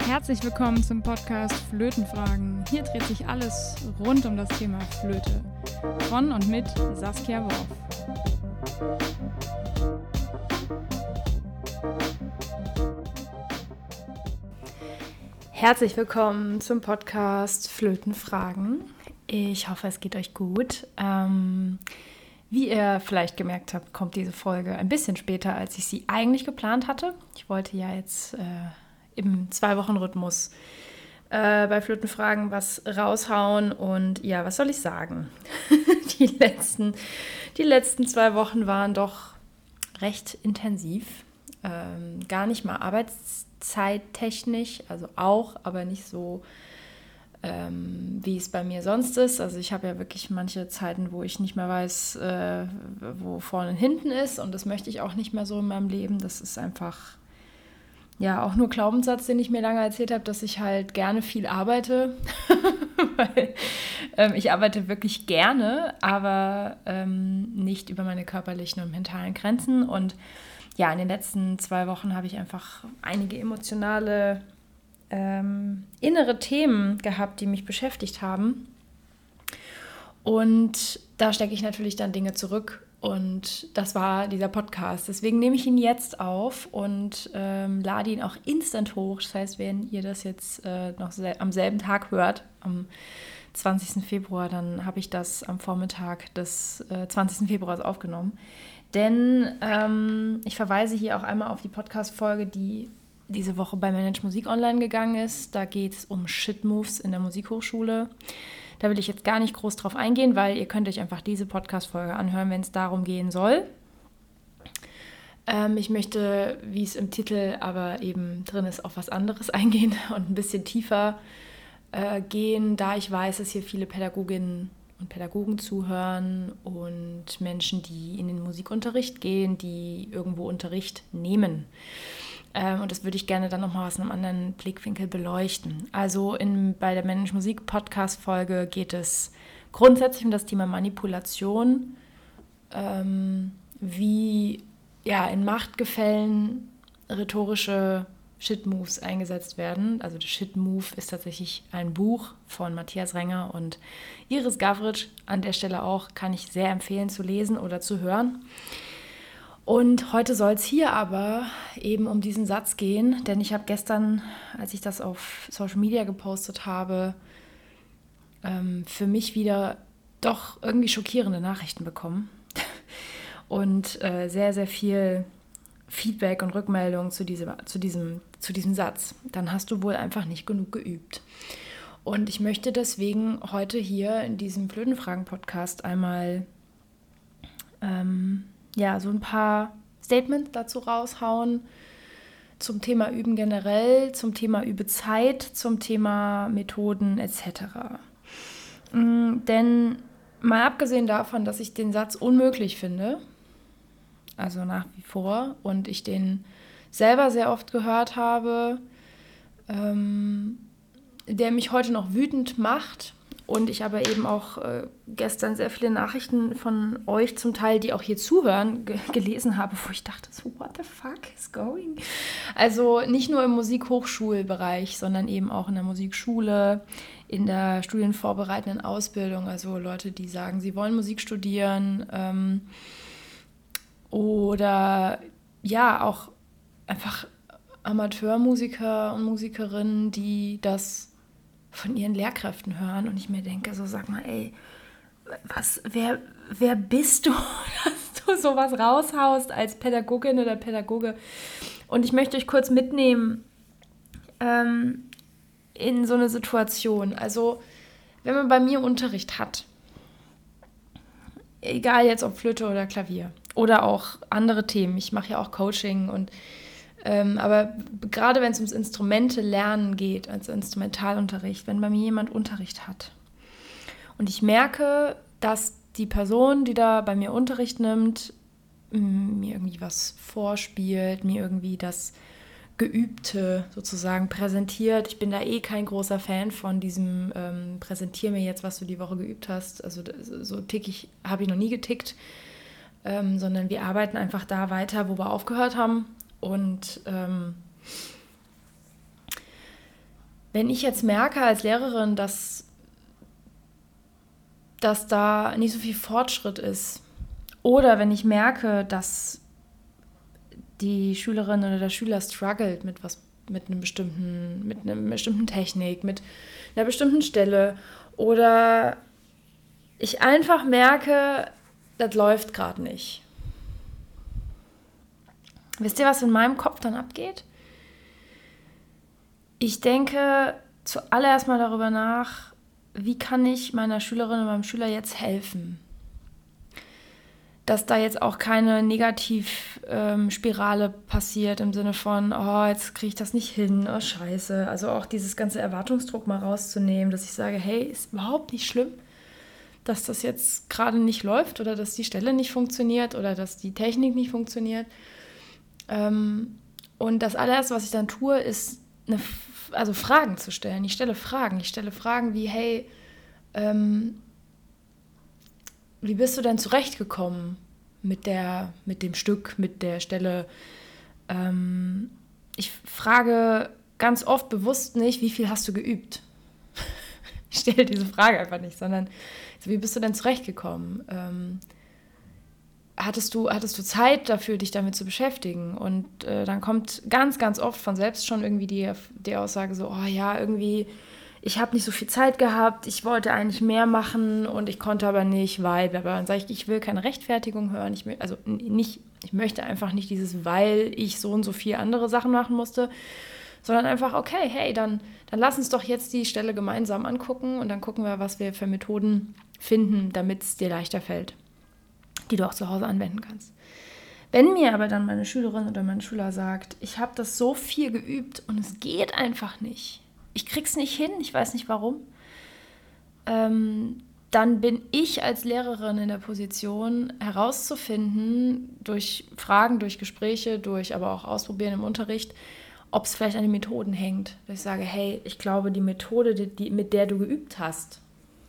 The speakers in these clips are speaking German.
Herzlich willkommen zum Podcast Flötenfragen. Hier dreht sich alles rund um das Thema Flöte. Von und mit Saskia Worf. Herzlich willkommen zum Podcast Flötenfragen. Ich hoffe, es geht euch gut. Wie ihr vielleicht gemerkt habt, kommt diese Folge ein bisschen später, als ich sie eigentlich geplant hatte. Ich wollte ja jetzt im 2-Wochen-Rhythmus bei Flötenfragen was raushauen und ja, was soll ich sagen? Die letzten 2 Wochen waren doch recht intensiv. Gar nicht mal arbeitszeittechnisch, also auch, aber nicht so, wie es bei mir sonst ist. Also ich habe ja wirklich manche Zeiten, wo ich nicht mehr weiß, wo vorne und hinten ist, und das möchte ich auch nicht mehr so in meinem Leben. Das ist einfach, ja, auch nur Glaubenssatz, den ich mir lange erzählt habe, dass ich halt gerne viel arbeite, weil ich arbeite wirklich gerne, aber nicht über meine körperlichen und mentalen Grenzen. Und ja, in den letzten 2 Wochen habe ich einfach einige emotionale innere Themen gehabt, die mich beschäftigt haben. Und da stecke ich natürlich dann Dinge zurück. Und das war dieser Podcast. Deswegen nehme ich ihn jetzt auf und lade ihn auch instant hoch. Das heißt, wenn ihr das jetzt noch am selben Tag hört, am 20. Februar, dann habe ich das am Vormittag des 20. Februars aufgenommen. Denn ich verweise hier auch einmal auf die Podcast-Folge, die diese Woche bei Manage Musik online gegangen ist. Da geht es um Shit-Moves in der Musikhochschule. Da will ich jetzt gar nicht groß drauf eingehen, weil ihr könnt euch einfach diese Podcast-Folge anhören, wenn es darum gehen soll. Ich möchte, wie es im Titel aber eben drin ist, auf was anderes eingehen und ein bisschen tiefer gehen, da ich weiß, dass hier viele Pädagoginnen und Pädagogen zuhören und Menschen, die in den Musikunterricht gehen, die irgendwo Unterricht nehmen. Und das würde ich gerne dann nochmal aus einem anderen Blickwinkel beleuchten. Also bei der Manage Musik Podcast-Folge geht es grundsätzlich um das Thema Manipulation, wie ja, in Machtgefällen rhetorische Shit-Moves eingesetzt werden. Also der Shit-Move ist tatsächlich ein Buch von Matthias Renger und Iris Gavric. An der Stelle auch kann ich sehr empfehlen zu lesen oder zu hören. Und heute soll es hier aber eben um diesen Satz gehen, denn ich habe gestern, als ich das auf Social Media gepostet habe, für mich wieder doch irgendwie schockierende Nachrichten bekommen und sehr, sehr viel Feedback und Rückmeldung zu diesem Satz. Dann hast du wohl einfach nicht genug geübt. Und ich möchte deswegen heute hier in diesem Flötenfragen-Podcast einmal so ein paar Statements dazu raushauen zum Thema Üben generell, zum Thema Übezeit, zum Thema Methoden etc. Denn mal abgesehen davon, dass ich den Satz unmöglich finde, also nach wie vor, und ich den selber sehr oft gehört habe, der mich heute noch wütend macht, und ich aber eben auch gestern sehr viele Nachrichten von euch, zum Teil, die auch hier zuhören, gelesen habe, wo ich dachte, so, what the fuck is going? Also nicht nur im Musikhochschulbereich, sondern eben auch in der Musikschule, in der studienvorbereitenden Ausbildung, also Leute, die sagen, sie wollen Musik studieren, oder ja, auch einfach Amateurmusiker und Musikerinnen, die das von ihren Lehrkräften hören, und ich mir denke, so, sag mal, ey, wer bist du, dass du sowas raushaust als Pädagogin oder Pädagoge? Und ich möchte euch kurz mitnehmen in so eine Situation. Also, wenn man bei mir Unterricht hat, egal jetzt ob Flöte oder Klavier oder auch andere Themen, ich mache ja auch Coaching und aber gerade wenn es ums Instrumente lernen geht, also Instrumentalunterricht, wenn bei mir jemand Unterricht hat und ich merke, dass die Person, die da bei mir Unterricht nimmt, mir irgendwie was vorspielt, mir irgendwie das Geübte sozusagen präsentiert. Ich bin da kein großer Fan von diesem präsentier mir jetzt, was du die Woche geübt hast. Also so habe ich noch nie getickt, sondern wir arbeiten einfach da weiter, wo wir aufgehört haben. Und Wenn ich jetzt merke als Lehrerin, dass da nicht so viel Fortschritt ist, oder wenn ich merke, dass die Schülerin oder der Schüler struggelt mit einer bestimmten Technik, mit einer bestimmten Stelle, oder ich einfach merke, das läuft gerade nicht. Wisst ihr, was in meinem Kopf dann abgeht? Ich denke zuallererst mal darüber nach, wie kann ich meiner Schülerin und meinem Schüler jetzt helfen? Dass da jetzt auch keine Negativspirale passiert im Sinne von, oh, jetzt kriege ich das nicht hin, oh, scheiße. Also auch dieses ganze Erwartungsdruck mal rauszunehmen, dass ich sage, hey, ist überhaupt nicht schlimm, dass das jetzt gerade nicht läuft oder dass die Stelle nicht funktioniert oder dass die Technik nicht funktioniert. Und das allererste, was ich dann tue, ist Fragen zu stellen. Ich stelle Fragen wie, hey, wie bist du denn zurechtgekommen mit dem Stück, mit der Stelle? Ich frage ganz oft bewusst nicht, wie viel hast du geübt? Ich stelle diese Frage einfach nicht, sondern wie bist du denn zurechtgekommen? Hattest du Zeit dafür, dich damit zu beschäftigen? Und dann kommt ganz, ganz oft von selbst schon irgendwie die Aussage so, oh ja, irgendwie, ich habe nicht so viel Zeit gehabt, ich wollte eigentlich mehr machen und ich konnte aber nicht, weil, aber dann sage ich will keine Rechtfertigung hören, ich möchte einfach nicht dieses, weil ich so und so viel andere Sachen machen musste, sondern einfach, okay, hey, dann lass uns doch jetzt die Stelle gemeinsam angucken und dann gucken wir, was wir für Methoden finden, damit es dir leichter fällt, die du auch zu Hause anwenden kannst. Wenn mir aber dann meine Schülerin oder mein Schüler sagt, ich habe das so viel geübt und es geht einfach nicht, ich krieg's nicht hin, ich weiß nicht warum, dann bin ich als Lehrerin in der Position herauszufinden, durch Fragen, durch Gespräche, durch aber auch Ausprobieren im Unterricht, ob es vielleicht an den Methoden hängt. Dass ich sage, hey, ich glaube, die Methode, mit der du geübt hast,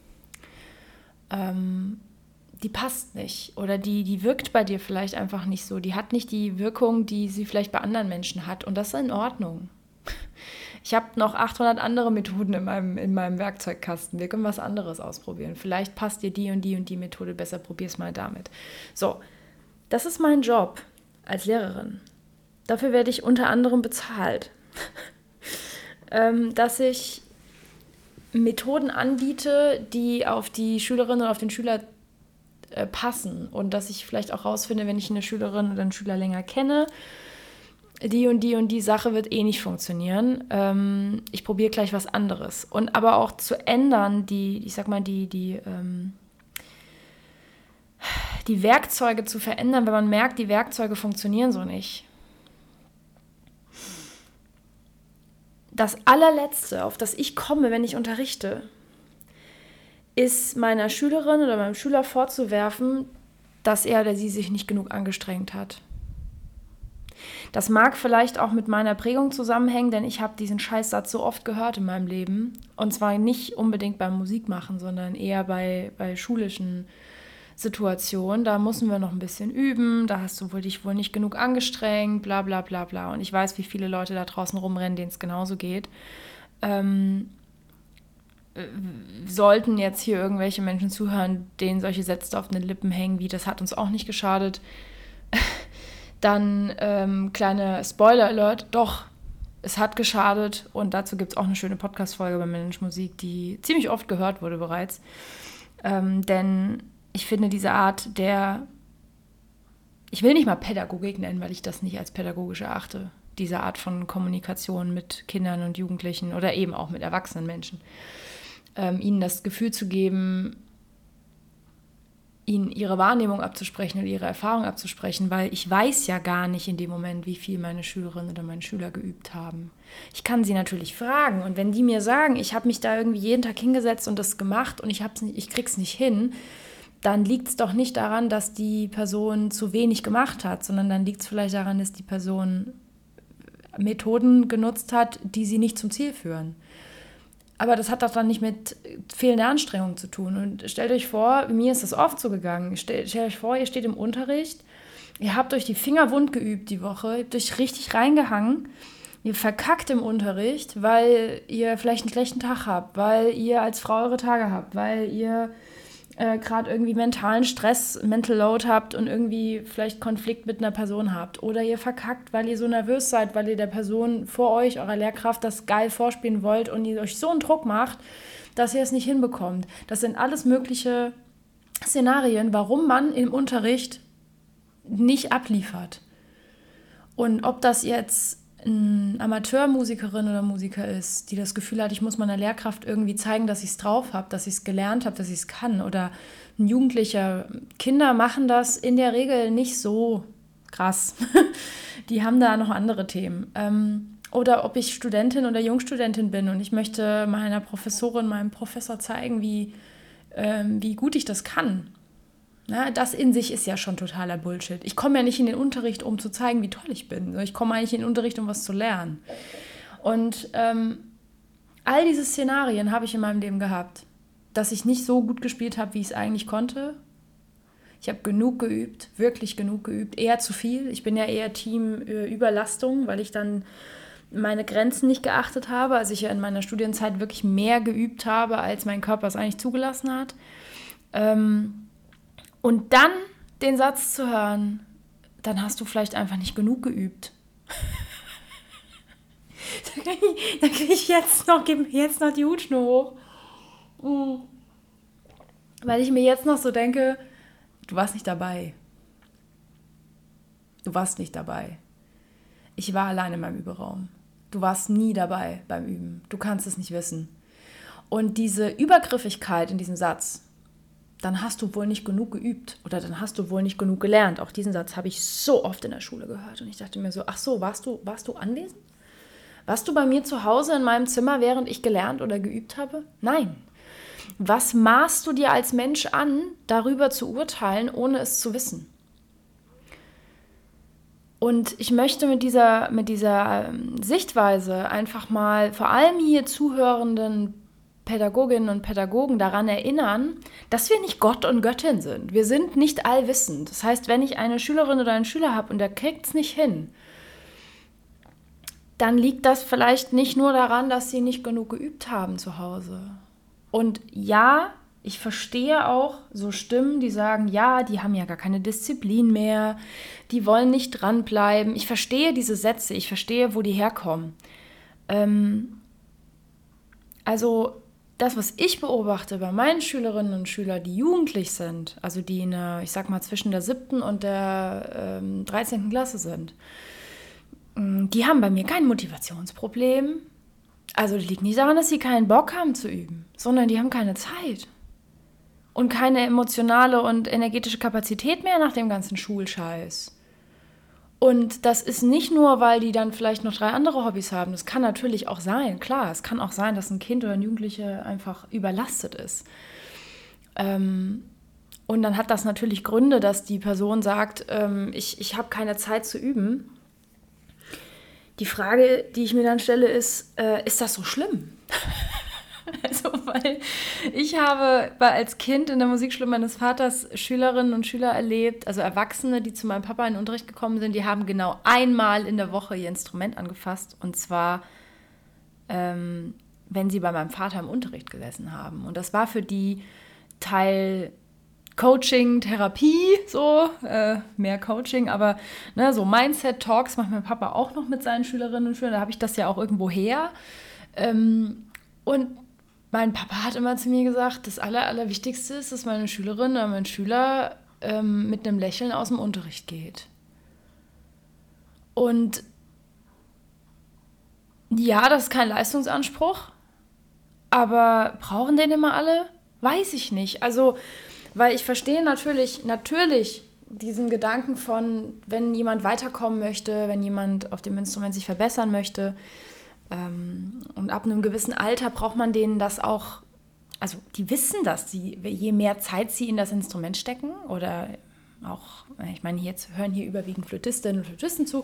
die passt nicht oder die wirkt bei dir vielleicht einfach nicht so. Die hat nicht die Wirkung, die sie vielleicht bei anderen Menschen hat und das ist in Ordnung. Ich habe noch 800 andere Methoden in meinem Werkzeugkasten. Wir können was anderes ausprobieren. Vielleicht passt dir die und die Methode besser. Probier es mal damit. So, das ist mein Job als Lehrerin. Dafür werde ich unter anderem bezahlt, dass ich Methoden anbiete, die auf die Schülerin oder auf den Schüler passen und dass ich vielleicht auch rausfinde, wenn ich eine Schülerin oder einen Schüler länger kenne, die und die Sache wird eh nicht funktionieren. Ich probiere gleich was anderes. Und aber auch zu ändern, die Werkzeuge zu verändern, wenn man merkt, die Werkzeuge funktionieren so nicht. Das allerletzte, auf das ich komme, wenn ich unterrichte, ist meiner Schülerin oder meinem Schüler vorzuwerfen, dass er oder sie sich nicht genug angestrengt hat. Das mag vielleicht auch mit meiner Prägung zusammenhängen, denn ich habe diesen Scheißsatz so oft gehört in meinem Leben. Und zwar nicht unbedingt beim Musikmachen, sondern eher bei schulischen Situationen. Da müssen wir noch ein bisschen üben, da hast du dich wohl nicht genug angestrengt, bla bla bla bla. Und ich weiß, wie viele Leute da draußen rumrennen, denen es genauso geht. Sollten jetzt hier irgendwelche Menschen zuhören, denen solche Sätze auf den Lippen hängen, wie das hat uns auch nicht geschadet, dann kleine Spoiler-Alert, doch, es hat geschadet und dazu gibt es auch eine schöne Podcast-Folge bei Manage Musik, die ziemlich oft gehört wurde bereits. Denn ich finde diese Art ich will nicht mal Pädagogik nennen, weil ich das nicht als pädagogisch erachte, diese Art von Kommunikation mit Kindern und Jugendlichen oder eben auch mit erwachsenen Menschen. Ihnen das Gefühl zu geben, ihnen ihre Wahrnehmung abzusprechen oder ihre Erfahrung abzusprechen, weil ich weiß ja gar nicht in dem Moment, wie viel meine Schülerin oder mein Schüler geübt haben. Ich kann sie natürlich fragen und wenn die mir sagen, ich habe mich da irgendwie jeden Tag hingesetzt und das gemacht und ich krieg's nicht hin, dann liegt es doch nicht daran, dass die Person zu wenig gemacht hat, sondern dann liegt es vielleicht daran, dass die Person Methoden genutzt hat, die sie nicht zum Ziel führen. Aber das hat doch dann nicht mit fehlender Anstrengung zu tun. Und stellt euch vor, mir ist das oft so gegangen. Stellt euch vor, ihr steht im Unterricht, ihr habt euch die Finger wund geübt die Woche, ihr habt euch richtig reingehangen Ihr verkackt im Unterricht, weil ihr vielleicht einen schlechten Tag habt, weil ihr als Frau eure Tage habt, weil ihr gerade irgendwie mentalen Stress, Mental Load habt und irgendwie vielleicht Konflikt mit einer Person habt. Oder ihr verkackt, weil ihr so nervös seid, weil ihr der Person vor euch, eurer Lehrkraft, das geil vorspielen wollt und ihr euch so einen Druck macht, dass ihr es nicht hinbekommt. Das sind alles mögliche Szenarien, warum man im Unterricht nicht abliefert. Und ob das jetzt eine Amateurmusikerin oder Musiker ist, die das Gefühl hat, ich muss meiner Lehrkraft irgendwie zeigen, dass ich es drauf habe, dass ich es gelernt habe, dass ich es kann. Oder ein Jugendlicher. Kinder machen das in der Regel nicht so krass. Die haben da noch andere Themen. Oder ob ich Studentin oder Jungstudentin bin und ich möchte meiner Professorin, meinem Professor zeigen, wie gut ich das kann. Na, das in sich ist ja schon totaler Bullshit. Ich komme ja nicht in den Unterricht, um zu zeigen, wie toll ich bin. Ich komme eigentlich in den Unterricht, um was zu lernen. Und all diese Szenarien habe ich in meinem Leben gehabt, dass ich nicht so gut gespielt habe, wie ich es eigentlich konnte. Ich habe genug geübt, wirklich genug geübt, eher zu viel. Ich bin ja eher Team Überlastung, weil ich dann meine Grenzen nicht geachtet habe. Also ich ja in meiner Studienzeit wirklich mehr geübt habe, als mein Körper es eigentlich zugelassen hat. Und dann den Satz zu hören, dann hast du vielleicht einfach nicht genug geübt. Da kriege ich gebe mir jetzt noch die Hutschnur hoch. Weil ich mir jetzt noch so denke, du warst nicht dabei. Du warst nicht dabei. Ich war allein in meinem Überaum. Du warst nie dabei beim Üben. Du kannst es nicht wissen. Und diese Übergriffigkeit in diesem Satz, dann hast du wohl nicht genug geübt oder dann hast du wohl nicht genug gelernt. Auch diesen Satz habe ich so oft in der Schule gehört. Und ich dachte mir so, ach so, warst du anwesend? Warst du bei mir zu Hause in meinem Zimmer, während ich gelernt oder geübt habe? Nein. Was maßt du dir als Mensch an, darüber zu urteilen, ohne es zu wissen? Und ich möchte mit dieser Sichtweise einfach mal vor allem hier zuhörenden Pädagoginnen und Pädagogen daran erinnern, dass wir nicht Gott und Göttin sind. Wir sind nicht allwissend. Das heißt, wenn ich eine Schülerin oder einen Schüler habe und der kriegt es nicht hin, dann liegt das vielleicht nicht nur daran, dass sie nicht genug geübt haben zu Hause. Und ja, ich verstehe auch so Stimmen, die sagen, ja, die haben ja gar keine Disziplin mehr, die wollen nicht dranbleiben. Ich verstehe diese Sätze, ich verstehe, wo die herkommen. Also das, was ich beobachte bei meinen Schülerinnen und Schülern, die jugendlich sind, also die ich sag mal, zwischen der 7. und der 13. Klasse sind, die haben bei mir kein Motivationsproblem. Also das liegt nicht daran, dass sie keinen Bock haben zu üben, sondern die haben keine Zeit und keine emotionale und energetische Kapazität mehr nach dem ganzen Schulscheiß. Und das ist nicht nur, weil die dann vielleicht noch 3 andere Hobbys haben. Das kann natürlich auch sein, klar. Es kann auch sein, dass ein Kind oder ein Jugendlicher einfach überlastet ist. Und dann hat das natürlich Gründe, dass die Person sagt, ich habe keine Zeit zu üben. Die Frage, die ich mir dann stelle, ist das so schlimm? Also, weil ich habe als Kind in der Musikschule meines Vaters Schülerinnen und Schüler erlebt, also Erwachsene, die zu meinem Papa in den Unterricht gekommen sind, die haben genau einmal in der Woche ihr Instrument angefasst, und zwar, wenn sie bei meinem Vater im Unterricht gesessen haben. Und das war für die Teil Coaching, Therapie, so, mehr Coaching, aber ne, so Mindset-Talks macht mein Papa auch noch mit seinen Schülerinnen und Schülern, da habe ich das ja auch irgendwo her. Und mein Papa hat immer zu mir gesagt, das Allerwichtigste ist, dass meine Schülerin oder mein Schüler mit einem Lächeln aus dem Unterricht geht. Und ja, das ist kein Leistungsanspruch, aber brauchen den immer alle? Weiß ich nicht. Also, weil ich verstehe natürlich diesen Gedanken von, wenn jemand weiterkommen möchte, wenn jemand auf dem Instrument sich verbessern möchte, und ab einem gewissen Alter braucht man denen das auch, also die wissen das, je mehr Zeit sie in das Instrument stecken, oder auch, ich meine, jetzt hören hier überwiegend Flötistinnen und Flötisten zu,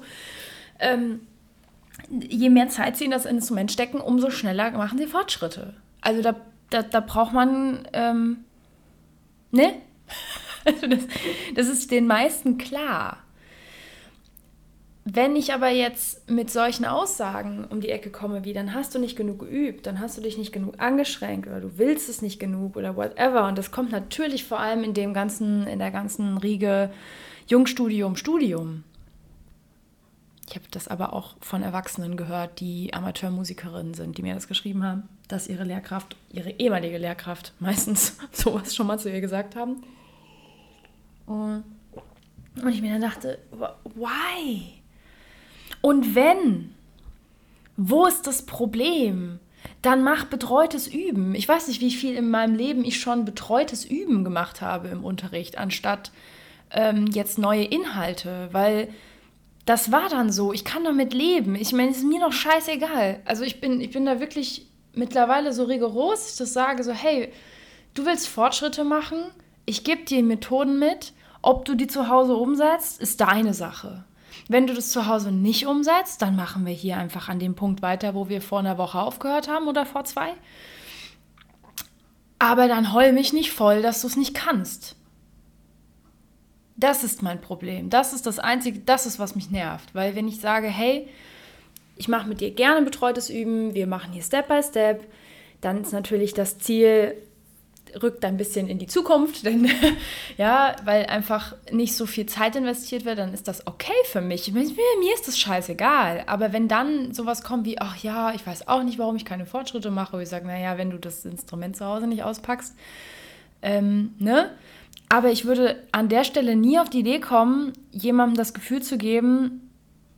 je mehr Zeit sie in das Instrument stecken, umso schneller machen sie Fortschritte. Also da braucht man, ne? Also das ist den meisten klar. Wenn ich aber jetzt mit solchen Aussagen um die Ecke komme, wie dann hast du nicht genug geübt, dann hast du dich nicht genug angeschränkt oder du willst es nicht genug oder whatever. Und das kommt natürlich vor allem in der ganzen Riege Jungstudium, Studium. Ich habe das aber auch von Erwachsenen gehört, die Amateurmusikerinnen sind, die mir das geschrieben haben, dass ihre ehemalige Lehrkraft meistens sowas schon mal zu ihr gesagt haben. Und ich mir dann dachte, why? Und wenn, wo ist das Problem? Dann mach betreutes Üben. Ich weiß nicht, wie viel in meinem Leben ich schon betreutes Üben gemacht habe im Unterricht, anstatt jetzt neue Inhalte, weil das war dann so. Ich kann damit leben. Ich meine, es ist mir doch scheißegal. Also ich bin da wirklich mittlerweile so rigoros, dass ich das sage, so hey, du willst Fortschritte machen, ich gebe dir Methoden mit, ob du die zu Hause umsetzt, ist deine Sache. Wenn du das zu Hause nicht umsetzt, dann machen wir hier einfach an dem Punkt weiter, wo wir vor einer Woche aufgehört haben oder vor 2. Aber dann heul mich nicht voll, dass du es nicht kannst. Das ist mein Problem. Das ist das Einzige, das ist, was mich nervt. Weil wenn ich sage, hey, ich mache mit dir gerne betreutes Üben, wir machen hier Step by Step, dann ist natürlich das Ziel, rückt ein bisschen in die Zukunft, denn ja, weil einfach nicht so viel Zeit investiert wird, dann ist das okay für mich. Mir ist das scheißegal. Aber wenn dann sowas kommt wie, ach ja, ich weiß auch nicht, warum ich keine Fortschritte mache, wo ich sage, naja, wenn du das Instrument zu Hause nicht auspackst, ne? Aber ich würde an der Stelle nie auf die Idee kommen, jemandem das Gefühl zu geben,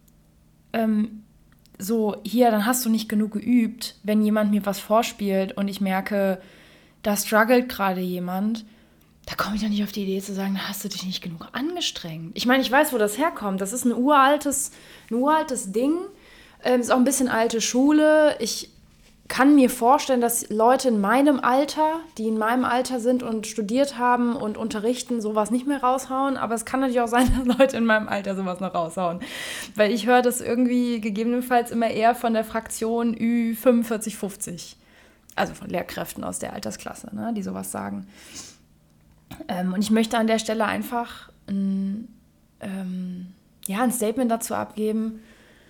so, hier, dann hast du nicht genug geübt, wenn jemand mir was vorspielt und ich merke, da struggelt gerade jemand, da komme ich doch nicht auf die Idee zu sagen, da hast du dich nicht genug angestrengt. Ich meine, ich weiß, wo das herkommt. Das ist ein uraltes Ding. Ist auch ein bisschen alte Schule. Ich kann mir vorstellen, dass Leute in meinem Alter, die in meinem Alter sind und studiert haben und unterrichten, sowas nicht mehr raushauen. Aber es kann natürlich auch sein, dass Leute in meinem Alter sowas noch raushauen. Weil ich höre das irgendwie gegebenenfalls immer eher von der Fraktion Ü45, 50. Also von Lehrkräften aus der Altersklasse, ne, die sowas sagen. Und ich möchte an der Stelle einfach ein Statement dazu abgeben.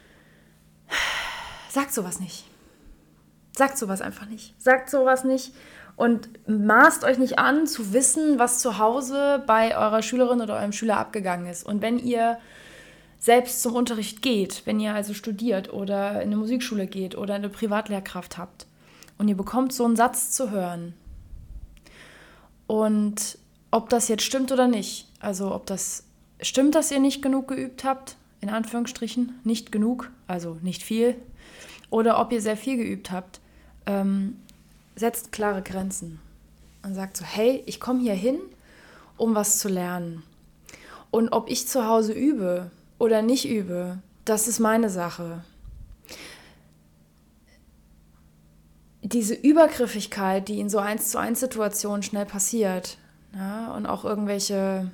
Sagt sowas nicht. Sagt sowas einfach nicht. Sagt sowas nicht und maßt euch nicht an, zu wissen, was zu Hause bei eurer Schülerin oder eurem Schüler abgegangen ist. Und wenn ihr selbst zum Unterricht geht, wenn ihr also studiert oder in eine Musikschule geht oder eine Privatlehrkraft habt und ihr bekommt so einen Satz zu hören und ob das jetzt stimmt oder nicht, also ob das stimmt, dass ihr nicht genug geübt habt, in Anführungsstrichen, nicht genug, also nicht viel, oder ob ihr sehr viel geübt habt, setzt klare Grenzen und sagt so, hey, ich komme hier hin, um was zu lernen. Und ob ich zu Hause übe oder nicht übe, das ist meine Sache. Diese Übergriffigkeit, die in so 1:1 Situationen schnell passiert, ja, und auch irgendwelche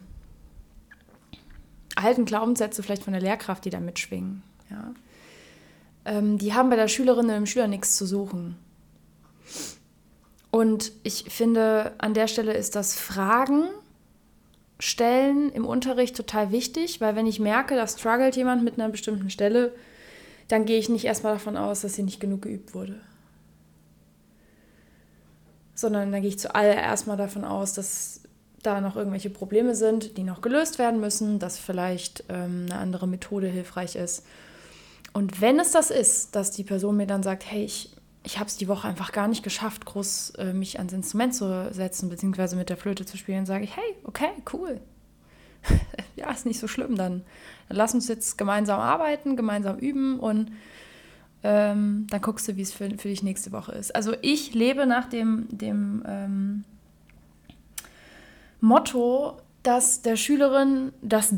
alten Glaubenssätze vielleicht von der Lehrkraft, die da mitschwingen, ja, die haben bei der Schülerin und dem Schüler nichts zu suchen. Und ich finde, an der Stelle ist das Fragen stellen im Unterricht total wichtig, weil wenn ich merke, da struggelt jemand mit einer bestimmten Stelle, dann gehe ich nicht erstmal davon aus, dass sie nicht genug geübt wurde. Sondern dann gehe ich zuallererst mal davon aus, dass da noch irgendwelche Probleme sind, die noch gelöst werden müssen, dass vielleicht eine andere Methode hilfreich ist. Und wenn es das ist, dass die Person mir dann sagt, hey, ich habe es die Woche einfach gar nicht geschafft, groß mich ans Instrument zu setzen, beziehungsweise mit der Flöte zu spielen, sage ich, hey, okay, cool. Ja, ist nicht so schlimm, dann lass uns jetzt gemeinsam arbeiten, gemeinsam üben und dann guckst du, wie es für dich nächste Woche ist. Also ich lebe nach dem Motto, dass die Schülerin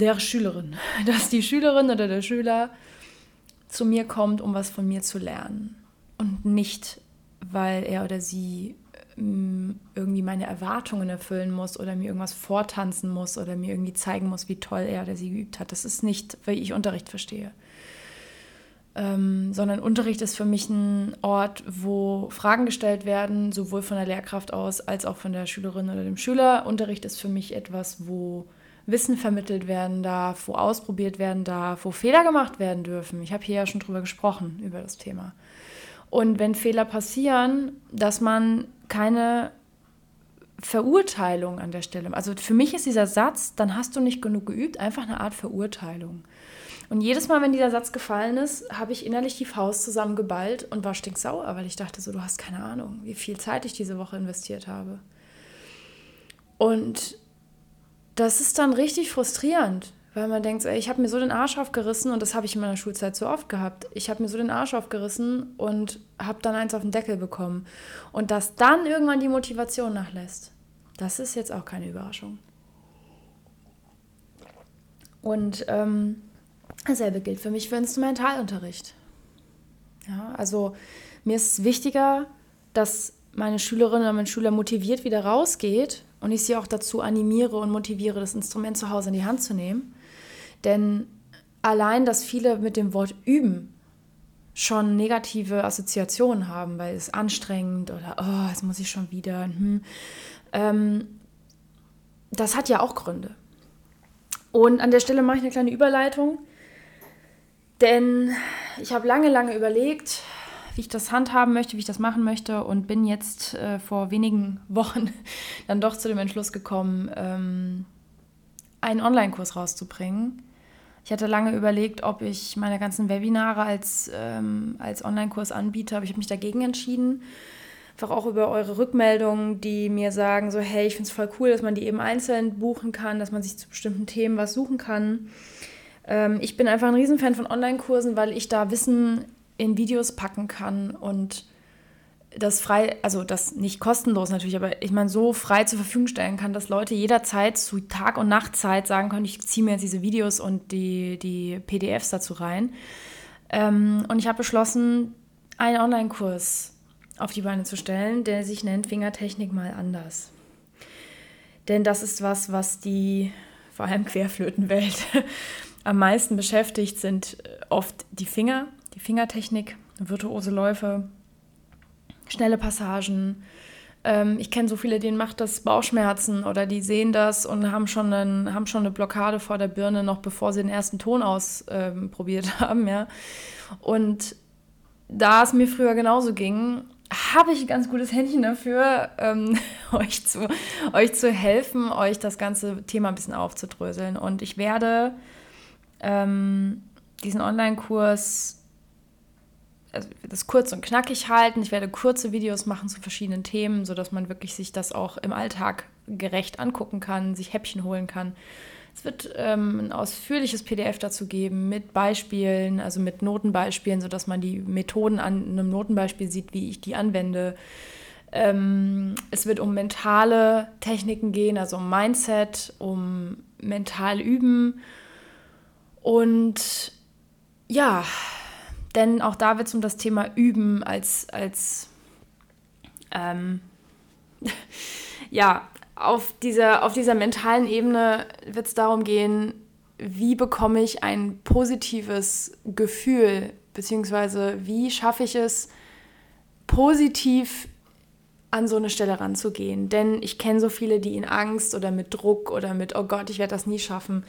oder der Schüler zu mir kommt, um was von mir zu lernen. Und nicht, weil er oder sie irgendwie meine Erwartungen erfüllen muss oder mir irgendwas vortanzen muss oder mir irgendwie zeigen muss, wie toll er oder sie geübt hat. Das ist nicht, wie ich Unterricht verstehe. Sondern Unterricht ist für mich ein Ort, wo Fragen gestellt werden, sowohl von der Lehrkraft aus als auch von der Schülerin oder dem Schüler. Unterricht ist für mich etwas, wo Wissen vermittelt werden darf, wo ausprobiert werden darf, wo Fehler gemacht werden dürfen. Ich habe hier ja schon drüber gesprochen, über das Thema. Und wenn Fehler passieren, dass man keine Verurteilung an der Stelle, also für mich ist dieser Satz, dann hast du nicht genug geübt, einfach eine Art Verurteilung. Und jedes Mal, wenn dieser Satz gefallen ist, habe ich innerlich die Faust zusammengeballt und war stinksauer, weil ich dachte so, du hast keine Ahnung, wie viel Zeit ich diese Woche investiert habe. Und das ist dann richtig frustrierend, weil man denkt, ey, ich habe mir so den Arsch aufgerissen und das habe ich in meiner Schulzeit so oft gehabt. Ich habe mir so den Arsch aufgerissen und habe dann eins auf den Deckel bekommen. Und dass dann irgendwann die Motivation nachlässt, das ist jetzt auch keine Überraschung. Und dasselbe gilt für mich für Instrumentalunterricht. Ja, also mir ist es wichtiger, dass meine Schülerinnen und mein Schüler motiviert wieder rausgeht und ich sie auch dazu animiere und motiviere, das Instrument zu Hause in die Hand zu nehmen. Denn allein, dass viele mit dem Wort üben schon negative Assoziationen haben, weil es anstrengend oder oh, jetzt muss ich schon wieder. Das hat ja auch Gründe. Und an der Stelle mache ich eine kleine Überleitung, denn ich habe lange überlegt, wie ich das handhaben möchte, wie ich das machen möchte und bin jetzt vor wenigen Wochen dann doch zu dem Entschluss gekommen, einen Online-Kurs rauszubringen. Ich hatte lange überlegt, ob ich meine ganzen Webinare als Online-Kurs anbiete, aber ich habe mich dagegen entschieden. Einfach auch über eure Rückmeldungen, die mir sagen, so hey, ich finde es voll cool, dass man die eben einzeln buchen kann, dass man sich zu bestimmten Themen was suchen kann. Ich bin einfach ein Riesenfan von Online-Kursen, weil ich da Wissen in Videos packen kann und das frei, also das nicht kostenlos natürlich, aber ich meine so frei zur Verfügung stellen kann, dass Leute jederzeit zu Tag- und Nachtzeit sagen können, ich ziehe mir jetzt diese Videos und die PDFs dazu rein. Und ich habe beschlossen, einen Online-Kurs auf die Beine zu stellen, der sich nennt Fingertechnik mal anders. Denn das ist was die vor allem Querflötenwelt am meisten beschäftigt, sind oft die Finger, die Fingertechnik, virtuose Läufe, schnelle Passagen. Ich kenne so viele, denen macht das Bauchschmerzen oder die sehen das und haben schon eine Blockade vor der Birne, noch bevor sie den ersten Ton ausprobiert haben. Ja. Und da es mir früher genauso ging, habe ich ein ganz gutes Händchen dafür, euch zu helfen, euch das ganze Thema ein bisschen aufzudröseln. Und ich werde diesen Online-Kurs das kurz und knackig halten. Ich werde kurze Videos machen zu verschiedenen Themen, sodass man wirklich sich das auch im Alltag gerecht angucken kann, sich Häppchen holen kann. Es wird ein ausführliches PDF dazu geben mit Beispielen, also mit Notenbeispielen, sodass man die Methoden an einem Notenbeispiel sieht, wie ich die anwende. Es wird um mentale Techniken gehen, also um Mindset, um mental üben. Und ja, denn auch da wird es um das Thema Üben als ja, auf dieser mentalen Ebene wird es darum gehen, wie bekomme ich ein positives Gefühl, beziehungsweise wie schaffe ich es, positiv an so eine Stelle ranzugehen. Denn ich kenne so viele, die in Angst oder mit Druck oder mit, oh Gott, ich werde das nie schaffen,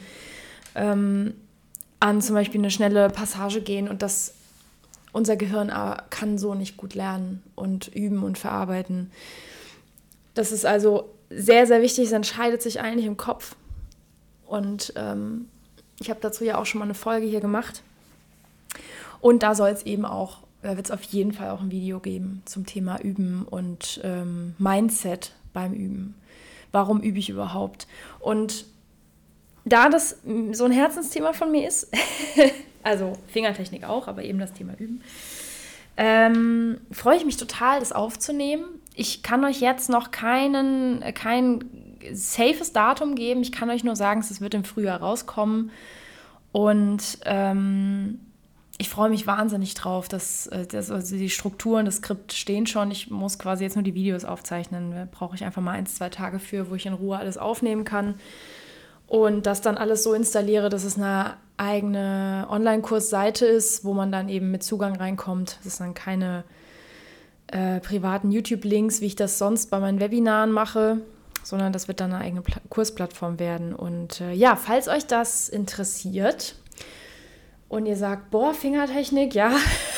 an zum Beispiel eine schnelle Passage gehen und unser Gehirn kann so nicht gut lernen und üben und verarbeiten. Das ist also sehr, sehr wichtig, es entscheidet sich eigentlich im Kopf. Und ich habe dazu ja auch schon mal eine Folge hier gemacht. Und da wird es auf jeden Fall auch ein Video geben zum Thema Üben und Mindset beim Üben. Warum übe ich überhaupt? Und da das so ein Herzensthema von mir ist, also Fingertechnik auch, aber eben das Thema Üben, freue ich mich total, das aufzunehmen. Ich kann euch jetzt noch kein safes Datum geben. Ich kann euch nur sagen, es wird im Frühjahr rauskommen. Und ich freue mich wahnsinnig drauf, dass also die Strukturen, das Skript stehen schon. Ich muss quasi jetzt nur die Videos aufzeichnen. Da brauche ich einfach mal 1-2 Tage für, wo ich in Ruhe alles aufnehmen kann. Und das dann alles so installiere, dass es eine eigene Online-Kursseite ist, wo man dann eben mit Zugang reinkommt. Das ist dann keine privaten YouTube-Links, wie ich das sonst bei meinen Webinaren mache, sondern das wird dann eine eigene Kursplattform werden. Und falls euch das interessiert und ihr sagt, boah, Fingertechnik, ja,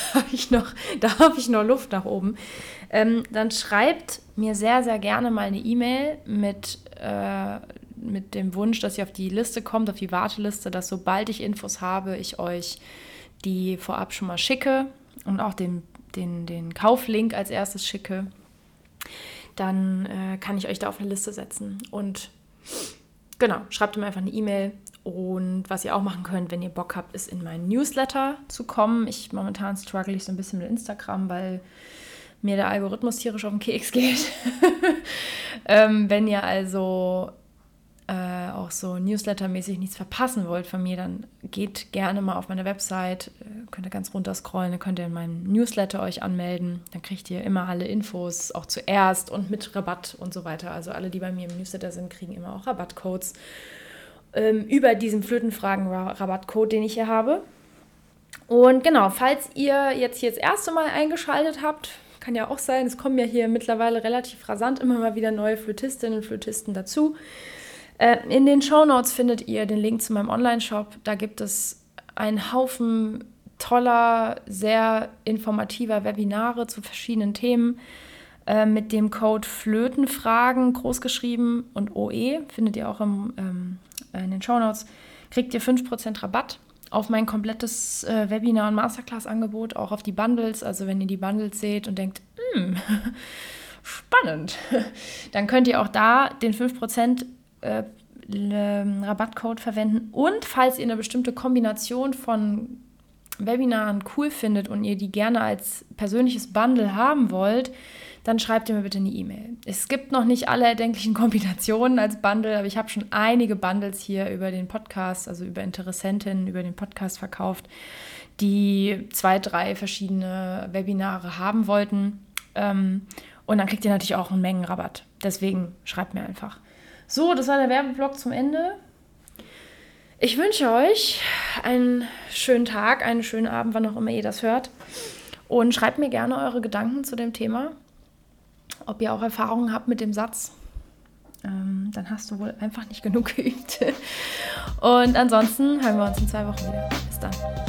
da habe ich noch Luft nach oben, dann schreibt mir sehr, sehr gerne mal eine E-Mail mit dem Wunsch, dass ihr auf die Liste kommt, auf die Warteliste, dass sobald ich Infos habe, ich euch die vorab schon mal schicke und auch den Kauflink als erstes schicke. Dann kann ich euch da auf eine Liste setzen. Und genau, schreibt mir einfach eine E-Mail. Und was ihr auch machen könnt, wenn ihr Bock habt, ist in meinen Newsletter zu kommen. Momentan struggle ich so ein bisschen mit Instagram, weil mir der Algorithmus tierisch auf den Keks geht. Wenn ihr also auch so newslettermäßig nichts verpassen wollt von mir, dann geht gerne mal auf meine Website, könnt ihr ganz runter scrollen, dann könnt ihr in meinem Newsletter euch anmelden, dann kriegt ihr immer alle Infos, auch zuerst und mit Rabatt und so weiter. Also alle, die bei mir im Newsletter sind, kriegen immer auch Rabattcodes über diesen Flötenfragen-Rabattcode, den ich hier habe. Und genau, falls ihr jetzt hier das erste Mal eingeschaltet habt, kann ja auch sein, es kommen ja hier mittlerweile relativ rasant immer mal wieder neue Flötistinnen und Flötisten dazu. In den Shownotes findet ihr den Link zu meinem Online-Shop. Da gibt es einen Haufen toller, sehr informativer Webinare zu verschiedenen Themen. Mit dem Code Flötenfragen, großgeschrieben und OE, findet ihr auch in den Shownotes, kriegt ihr 5% Rabatt auf mein komplettes Webinar- und Masterclass-Angebot, auch auf die Bundles. Also wenn ihr die Bundles seht und denkt, spannend, dann könnt ihr auch da den 5% Rabattcode verwenden. Und falls ihr eine bestimmte Kombination von Webinaren cool findet und ihr die gerne als persönliches Bundle haben wollt, dann schreibt ihr mir bitte eine E-Mail. Es gibt noch nicht alle erdenklichen Kombinationen als Bundle, aber ich habe schon einige Bundles hier über den Podcast, also über Interessentinnen, über den Podcast verkauft, die 2, 3 verschiedene Webinare haben wollten. Und dann kriegt ihr natürlich auch einen Mengenrabatt. Deswegen schreibt mir einfach. So, das war der Werbeblock zum Ende. Ich wünsche euch einen schönen Tag, einen schönen Abend, wann auch immer ihr das hört. Und schreibt mir gerne eure Gedanken zu dem Thema. Ob ihr auch Erfahrungen habt mit dem Satz. Dann hast du wohl einfach nicht genug geübt. Und ansonsten hören wir uns in 2 Wochen wieder. Bis dann.